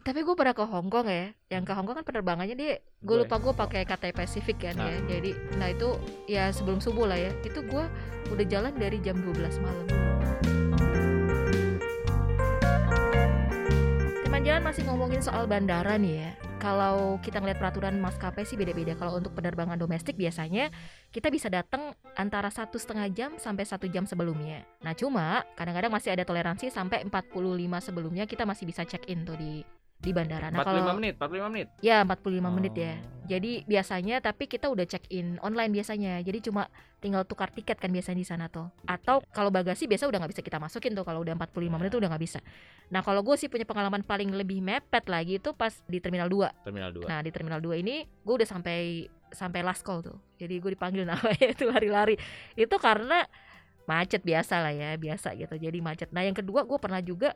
Tapi gue pernah ke Hong Kong ya. Yang ke Hong Kong kan penerbangannya dia, gue lupa gue pakai Cathay Pacific kan ya. Jadi nah itu ya sebelum subuh lah ya. Itu gue udah jalan dari jam 12 malam. Teman jalan masih ngomongin soal bandara nih ya. Kalau kita ngeliat peraturan maskapai sih beda-beda. Kalau untuk penerbangan domestik biasanya kita bisa datang antara 1,5 jam sampai 1 jam sebelumnya. Nah cuma kadang-kadang masih ada toleransi sampai 45 sebelumnya kita masih bisa check in tuh di bandara. Nah, 45 menit. Ya 45 menit ya. Jadi biasanya tapi kita udah check in online biasanya. Jadi cuma tinggal tukar tiket kan biasanya di sana tuh. Atau kalau bagasi biasa udah nggak bisa kita masukin tuh kalau udah 45 menit tuh udah nggak bisa. Nah kalau gue sih punya pengalaman paling lebih mepet lagi itu pas di Terminal 2. Nah di Terminal 2 ini gue udah sampai last call tuh. Jadi gue dipanggil namanya itu lari-lari. Itu karena macet biasa lah ya, biasa gitu. Jadi macet. Nah yang kedua gue pernah juga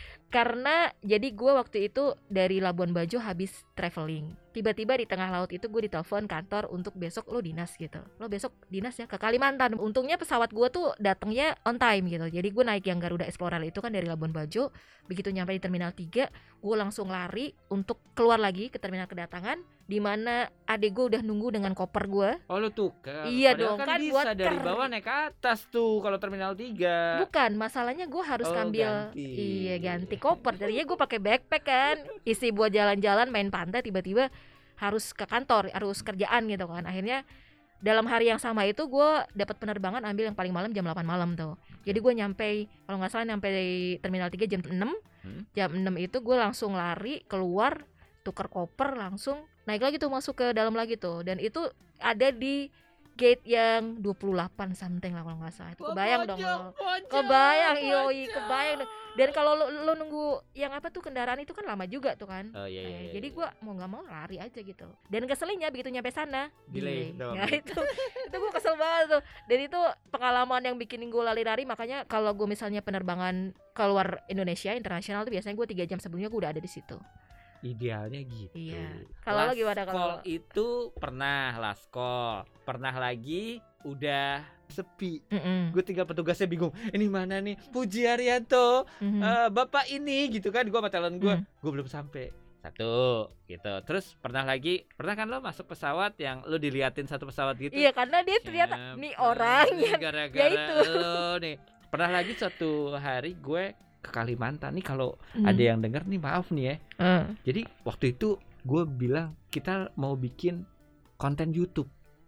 karena jadi gue waktu itu dari Labuan Bajo habis traveling. Tiba-tiba di tengah laut itu gue ditelepon kantor untuk besok lo dinas gitu. Lo besok dinas ya ke Kalimantan. Untungnya pesawat gue tuh datangnya on time gitu. Jadi gue naik yang Garuda Explorer itu kan dari Labuan Bajo. Begitu nyampe di Terminal 3, gue langsung lari untuk keluar lagi ke terminal kedatangan, di mana adek gue udah nunggu dengan koper gue. Oh lu tukar. Iya padahal dong kan bisa buat dari bawah naik ke atas tuh kalau Terminal 3. Bukan, masalahnya gue harus ngambil ganti koper. Jadinya gue pakai backpack kan, isi buat jalan-jalan main pantai, tiba-tiba harus ke kantor, harus kerjaan gitu kan. Akhirnya dalam hari yang sama itu gue dapat penerbangan ambil yang paling malam jam 8 malam tuh. Jadi gue nyampe, kalau nggak salah nyampe di Terminal 3 jam 6. Jam 6 itu gue langsung lari keluar, tukar koper, langsung naik lagi tuh masuk ke dalam lagi tuh. Dan itu ada di gate yang 28 something lah kalau nggak salah. Itu kebayang dong lo. Kebayang dong. Dan kalau lo nunggu yang apa tuh kendaraan itu kan lama juga tuh kan. Iya. Jadi gue mau nggak mau lari aja gitu. Dan keselnya begitu nyampe sana delay. Nah, itu gue kesel banget tuh. Dan itu pengalaman yang bikin gue lari-lari. Makanya kalau gue misalnya penerbangan keluar Indonesia internasional tuh biasanya gue 3 jam sebelumnya gue udah ada di situ. Idealnya gitu. Iya. Kalau lo gimana kalau? Call itu pernah last call, pernah lagi udah sepi. Gue tinggal petugasnya bingung. Ini mana nih? Puji Haryanto, bapak ini gitu kan. Gue sama talent gue belum sampai. Satu gitu. Terus pernah kan lo masuk pesawat yang lo diliatin satu pesawat gitu? Iya, karena dia ternyata nih orang yang gara-gara itu. Lo nih. Pernah lagi suatu hari gue ke Kalimantan nih, kalau ada yang denger nih maaf nih ya. Jadi waktu itu gue bilang kita mau bikin konten YouTube.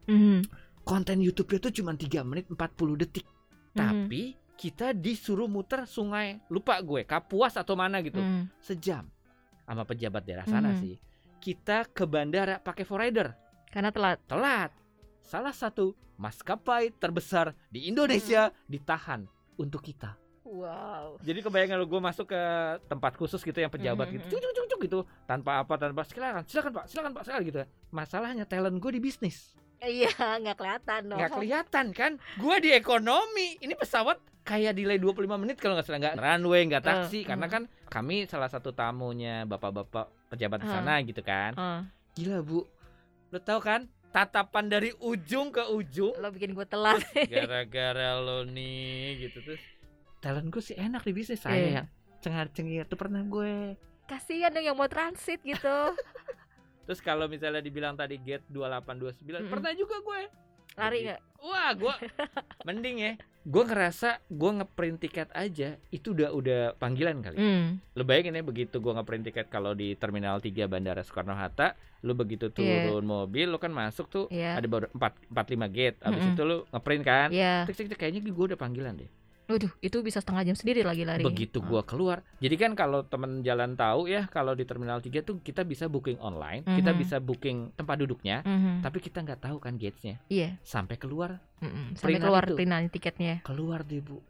Konten YouTube itu cuma 3 menit 40 detik. Tapi kita disuruh muter sungai, lupa gue Kapuas atau mana gitu, sejam sama pejabat daerah sana sih. Kita ke bandara pakai forrider karena telat. Salah satu maskapai terbesar di Indonesia ditahan untuk kita. Wow. Jadi kebayangan lo gue masuk ke tempat khusus gitu yang pejabat gitu, cuk gitu, tanpa silakan pak sekali gitu. Masalahnya talent gue di bisnis. Iya, nggak kelihatan dong. Nggak kelihatan kan? Gue di ekonomi. Ini pesawat kayak delay 25 menit kalau nggak salah, nggak runway, nggak taksi, karena kan kami salah satu tamunya bapak-bapak pejabat di sana gitu kan. Gila bu, lo tau kan? Tatapan dari ujung ke ujung. Lo bikin gue telat. Gara-gara lo nih gitu tuh. Talent gue sih enak di bisnis saya yang cengar-cengir tuh pernah gue. Kasihan dong yang mau transit gitu. Terus kalau misalnya dibilang tadi gate 28 29 pernah juga gue. Lari enggak? Wah, gue mending ya. Gue ngerasa gue ngeprint tiket aja itu udah panggilan kali. Lo bayangin ya, begitu gue ngeprint tiket kalau di Terminal 3 Bandara Soekarno-Hatta, lo begitu turun mobil, lo kan masuk tuh ada baru 4-5 gate. Abis itu lo ngeprint kan. Tik kayaknya gue udah panggilan deh. Waduh, itu bisa setengah jam sendiri lagi lari. Begitu gua keluar. Jadi kan kalau temen jalan tahu ya, kalau di Terminal 3 tuh kita bisa booking online, kita bisa booking tempat duduknya, tapi kita nggak tahu kan gates-nya. Iya. Sampai keluar. Sampai keluar printan tiketnya. Keluar deh, Bu.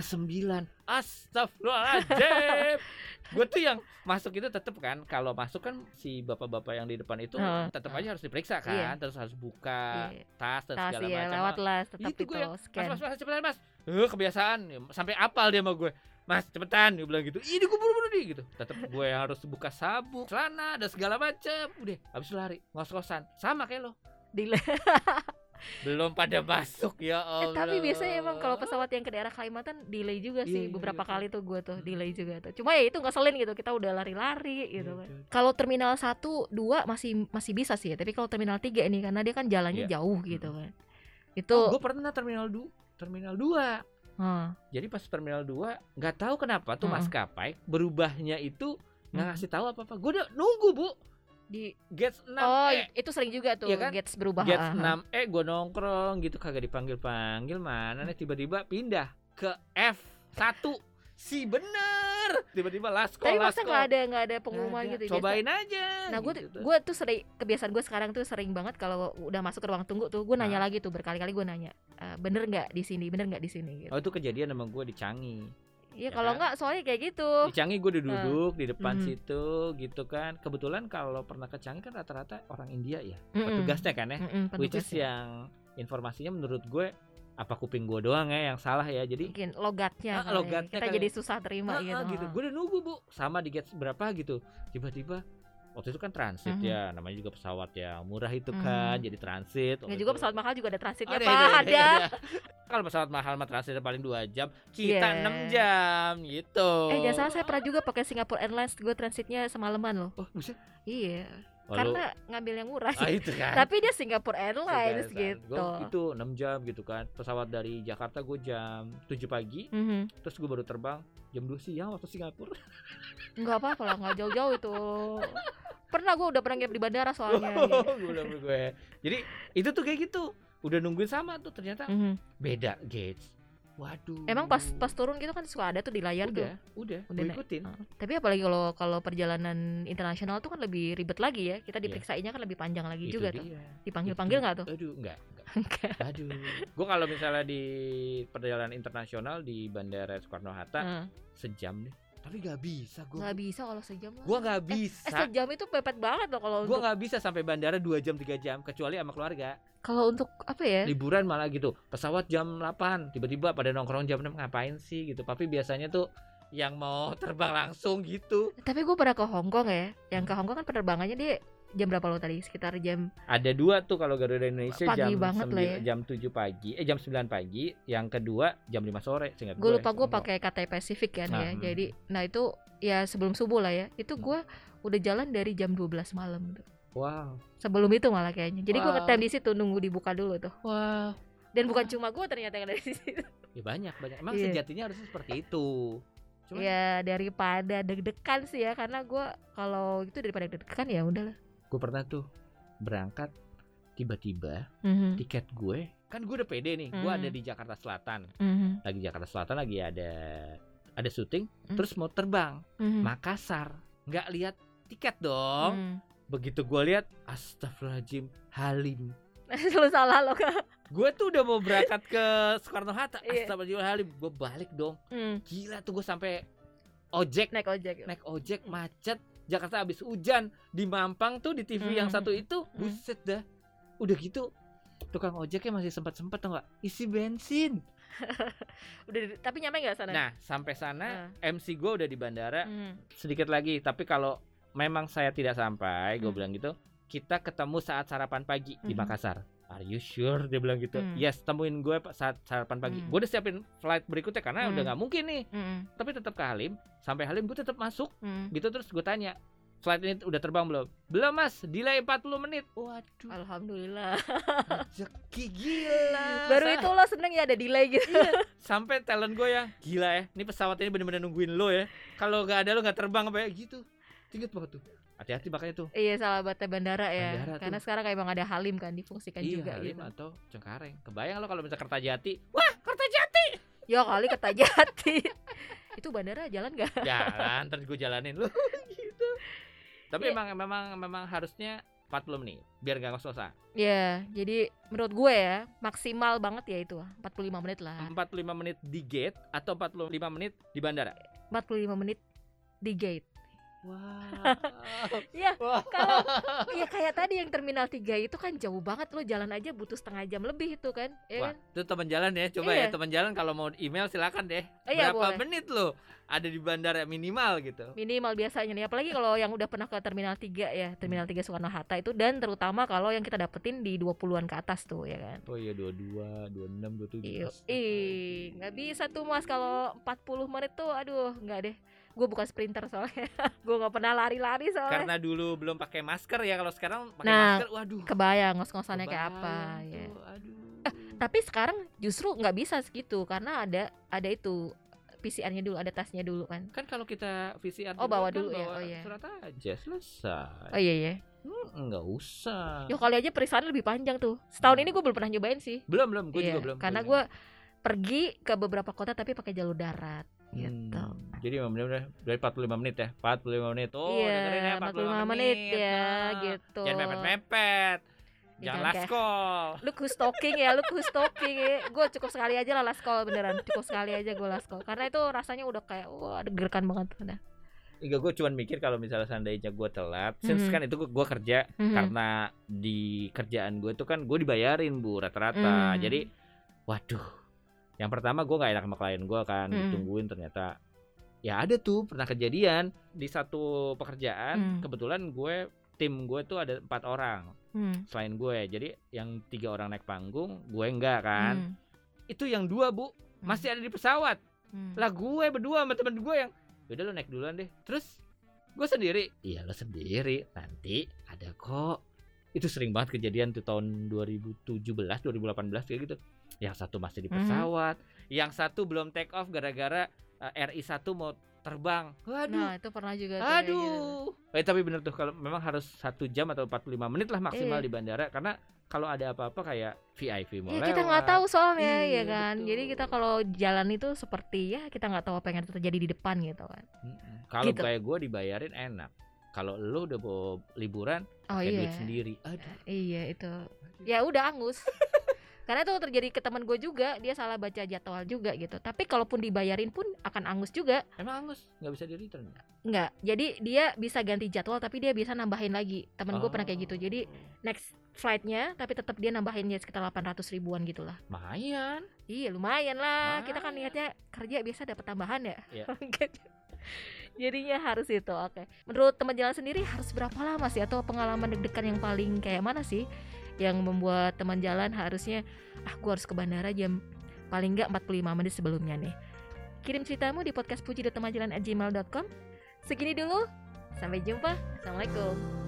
29. Astagfirullahaladzim. Gue tuh yang masuk itu tetep kan, kalau masuk kan si bapak-bapak yang di depan itu tetap aja harus diperiksa kan, terus harus buka tas dan segala macam. Lewat lah, tetap itu scan. Mas, cepetan mas. Kebiasaan sampai apal dia sama gue. Mas cepetan, dia bilang gitu. Ini gue buru-buru nih gitu. Tetap gue yang harus buka sabuk, celana dan segala macam. Udah, habis lari ngos-ngosan. Sama kayak lo. Belum pada masuk ya Allah. Tapi biasanya emang kalau pesawat yang ke daerah Kalimantan delay juga sih. Beberapa kali tuh gue tuh delay juga tuh. Cuma ya itu ngeselin gitu, kita udah lari-lari gitu kan. Kalau terminal 1, 2 masih bisa sih ya. Tapi kalau terminal 3 ini karena dia kan jalannya jauh gitu kan. Itu gue pernah terminal 2. Jadi pas terminal 2 nggak tahu kenapa tuh maskapai berubahnya itu nggak ngasih tahu apa-apa. Gue udah nunggu Bu di gates 6. Itu sering juga tuh ya kan? Gates berubah. Gates 6 gue nongkrong gitu kagak dipanggil-panggil, mana nih tiba-tiba pindah ke F1. Bener. Tiba-tiba last call. Tapi masa nggak ada pengumuman gitu. Cobain aja. Nah, gue tuh sering, kebiasaan gue sekarang tuh sering banget kalau udah masuk ke ruang tunggu tuh gue nanya lagi tuh, berkali-kali gue nanya, bener nggak di sini gitu. Itu kejadian sama gue di Changi. Iya, kalau nggak soalnya kayak gitu. Di Changi gue udah duduk di depan situ gitu kan. Kebetulan kalau pernah ke Changi kan rata-rata orang India ya, petugasnya kan ya. Which is yang informasinya menurut gue apa kuping gue doang ya yang salah ya. Jadi mungkin logatnya kita jadi susah terima gitu. Gue udah nunggu Bu sama di gate berapa gitu. Tiba-tiba waktu itu kan transit ya, namanya juga pesawat yang murah itu kan, jadi transit. Nggak juga pesawat mahal juga ada transitnya Pak, ada. Kalau pesawat mahal mah transitnya paling 2 jam, kita 6 jam gitu. Jangan salah, saya pernah juga pakai Singapore Airlines, gue transitnya semalaman loh. Oh bisa? Iya. Karena ngambil yang murah sih. Itu kan. Tapi dia Singapore Airlines gitu. Gua itu 6 jam gitu kan. Pesawat dari Jakarta gue jam 7 pagi. Terus gue baru terbang jam 2 siang waktu Singapura. Enggak apa-apa lah, enggak jauh-jauh itu. Gue udah pernah nginep di bandara soalnya. Gue. Jadi itu tuh kayak gitu. Udah nungguin sama tuh ternyata beda gates. Waduh. Emang pas turun gitu kan suka ada tuh di layar udah ikutin. Tapi apalagi kalau perjalanan internasional tuh kan lebih ribet lagi ya. Kita diperiksainnya kan lebih panjang lagi itu juga tuh. Dipanggil-panggil nggak tuh? Aduh, enggak. Aduh. Gue kalau misalnya di perjalanan internasional di Bandara Soekarno-Hatta sejam nih. Tapi nggak bisa gue. Nggak bisa kalau sejam. Gue nggak bisa. Sejam itu pepet banget loh kalau. Gue nggak bisa sampai bandara 2 jam 3 jam kecuali sama keluarga. Kalau untuk apa ya? Liburan malah gitu. Pesawat jam 8, tiba-tiba pada nongkrong jam 6 ngapain sih gitu. Tapi biasanya tuh yang mau terbang langsung gitu. Tapi gue pernah ke Hong Kong ya. Yang ke Hong Kong kan penerbangannya dia jam berapa lo tadi? Sekitar jam. Ada 2 tuh kalau Garuda Indonesia pagi jam banget 9, lah ya. jam 7 pagi, jam 9 pagi. Yang kedua jam 5 sore. Gue lupa gue pakai KTP Pacific kan ya. Jadi, itu ya sebelum subuh lah ya. Itu gue udah jalan dari jam 12 malam tuh. Wow. Sebelum itu malah kayaknya. Jadi gue ngetem di situ nunggu dibuka dulu tuh. Wow. Dan bukan cuma gue ternyata yang ada di situ. Ya banyak. Emang sejatinya harusnya seperti itu. Cuman, ya daripada deg-degan sih ya, karena gue kalau itu daripada deg-degan ya udahlah. Gue pernah tuh berangkat tiba-tiba tiket gue kan gue udah pede nih, gue ada di Jakarta Selatan, lagi Jakarta Selatan lagi ada syuting, terus mau terbang Makassar, nggak lihat tiket dong. Begitu gue lihat, astagfirullahaladzim, Halim. Lu salah lo kan. Gue tuh udah mau berangkat ke Soekarno-Hatta, astagfirullahaladzim, gue balik dong. Gila tuh gue sampai naik ojek macet. Jakarta habis hujan, di Mampang tuh di TV yang satu itu, buset dah. Udah gitu, tukang ojeknya masih sempat tuh nggak isi bensin. Udah, tapi nyampe nggak sana? Nah, sampai sana MC gue udah di bandara, sedikit lagi. Tapi kalau memang saya tidak sampai, gue bilang gitu, kita ketemu saat sarapan pagi di Makassar. Are you sure? Dia bilang gitu. Yes, temuin gue saat sarapan pagi. Gue udah siapin flight berikutnya karena udah nggak mungkin nih. Tapi tetap ke Halim. Sampai Halim gue tetap masuk. Gitu terus gue tanya, flight ini udah terbang belum? Belum mas, delay 40 menit. Waduh. Alhamdulillah. Rezeki gila. Baru itu lo seneng ya ada delay gitu. Iya. Sampai talent gue ya, gila ya. Ini pesawat ini bener-bener nungguin lo ya. Kalau nggak ada lo nggak terbang apa ya gitu. Ingat banget tuh. Hati-hati makanya tuh. Iya, sahabatnya bandara ya. Karena sekarang kayak emang ada Halim kan difungsikan juga Halim gitu. Atau Cengkareng. Kebayang lo kalau misalnya Kertajati. Wah, Kertajati. Ya kali Kertajati. Itu bandara jalan gak? Jalan, ntar gue jalanin lo. Gitu. Tapi memang harusnya 40 menit biar gak ngos-ngosan. Ya, jadi menurut gue ya maksimal banget ya itu 45 menit lah. 45 menit di gate atau 45 menit di bandara? 45 menit di gate. Wah. Ya, kalau ya kayak tadi yang Terminal 3 itu kan jauh banget, lo jalan aja butuh setengah jam lebih itu kan. Wah, itu teman jalan ya, coba ya teman jalan kalau mau email silakan deh. Berapa menit lo ada di bandara minimal gitu? Minimal biasanya nih, apalagi kalau yang udah pernah ke Terminal 3 ya, Terminal 3 Soekarno-Hatta itu, dan terutama kalau yang kita dapetin di 20-an ke atas tuh ya kan. Oh iya, 22, 26, 27. Nggak bisa tuh Mas kalau 40 menit tuh, aduh nggak deh. Gue bukan sprinter soalnya. Gue nggak pernah lari-lari soalnya. Karena dulu belum pakai masker ya, kalau sekarang pakai masker, waduh. Kebayang ngos-ngosannya kayak apa ya. Aduh. Tapi sekarang justru nggak bisa segitu karena ada itu PCR-nya dulu, ada tesnya dulu kan. Kan kalau kita PCR bawa dulu ya. Surat aja selesai. Oh iya. Nggak usah. Yo kali aja periksaan lebih panjang tuh. Setahun ini gue belum pernah nyobain sih. Belum, gue juga belum. Karena gue pergi ke beberapa kota tapi pakai jalur darat. Gitu. Jadi benar-benar dari 45 menit ya. 45 menit. Dengerin ya, 45 menit ya gitu. Jangan mepet-mepet. Jangan last call. Lu stalking ya. Gue cukup sekali aja lah last call, beneran. Cukup sekali aja gue last call. Karena itu rasanya udah kayak deg-degan banget udah. Enggak, gue cuma mikir kalau misalnya seandainya gue telat, since kan itu gue kerja, karena di kerjaan gue itu kan gue dibayarin Bu rata-rata. Jadi waduh, yang pertama gue gak enak sama klien gue kan, ditungguin ternyata. Ya ada tuh pernah kejadian di satu pekerjaan, kebetulan tim gue tuh ada 4 orang selain gue. Jadi yang 3 orang naik panggung, gue enggak kan. Itu yang 2 Bu masih ada di pesawat. Lah gue berdua sama temen gue yang udah lo naik duluan deh. Terus gue sendiri. Iya lo sendiri, nanti ada kok. Itu sering banget kejadian tuh tahun 2017, 2018 kayak gitu. Yang satu masih di pesawat, yang satu belum take off gara-gara RI1 mau terbang. Waduh. Nah itu pernah juga tuh. Aduh. Tapi bener tuh, kalau memang harus 1 jam atau 45 menit lah maksimal di bandara. Karena kalau ada apa-apa kayak VIP mau lewat, kita nggak tahu soalnya ya kan. Betul. Jadi kita kalau jalan itu seperti kita nggak tahu apa yang terjadi di depan gitu kan. Kalau kayak gue dibayarin enak. Kalau lo udah bawa liburan pakai duit sendiri. Aduh. Iya itu. Ya udah angus. Karena itu terjadi ke teman gue juga, dia salah baca jadwal juga gitu. Tapi kalaupun dibayarin pun akan angus juga. Emang angus? Nggak bisa di return? Nggak, jadi dia bisa ganti jadwal tapi dia bisa nambahin lagi. Temen gue pernah kayak gitu. Jadi next flightnya tapi tetap dia nambahin ya sekitar 800 ribuan gitu lah. Lumayan. Iya lumayan lah. Kita kan niatnya kerja biasa dapat tambahan ya. Jadinya harus itu. Oke. Menurut teman jalan sendiri harus berapa lama sih, atau pengalaman deg-degan yang paling kayak mana sih yang membuat teman jalan harusnya gue harus ke bandara jam paling enggak 45 menit sebelumnya nih? Kirim ceritamu di podcastpuji.temanjalan@gmail.com. Segini dulu, sampai jumpa. Assalamualaikum.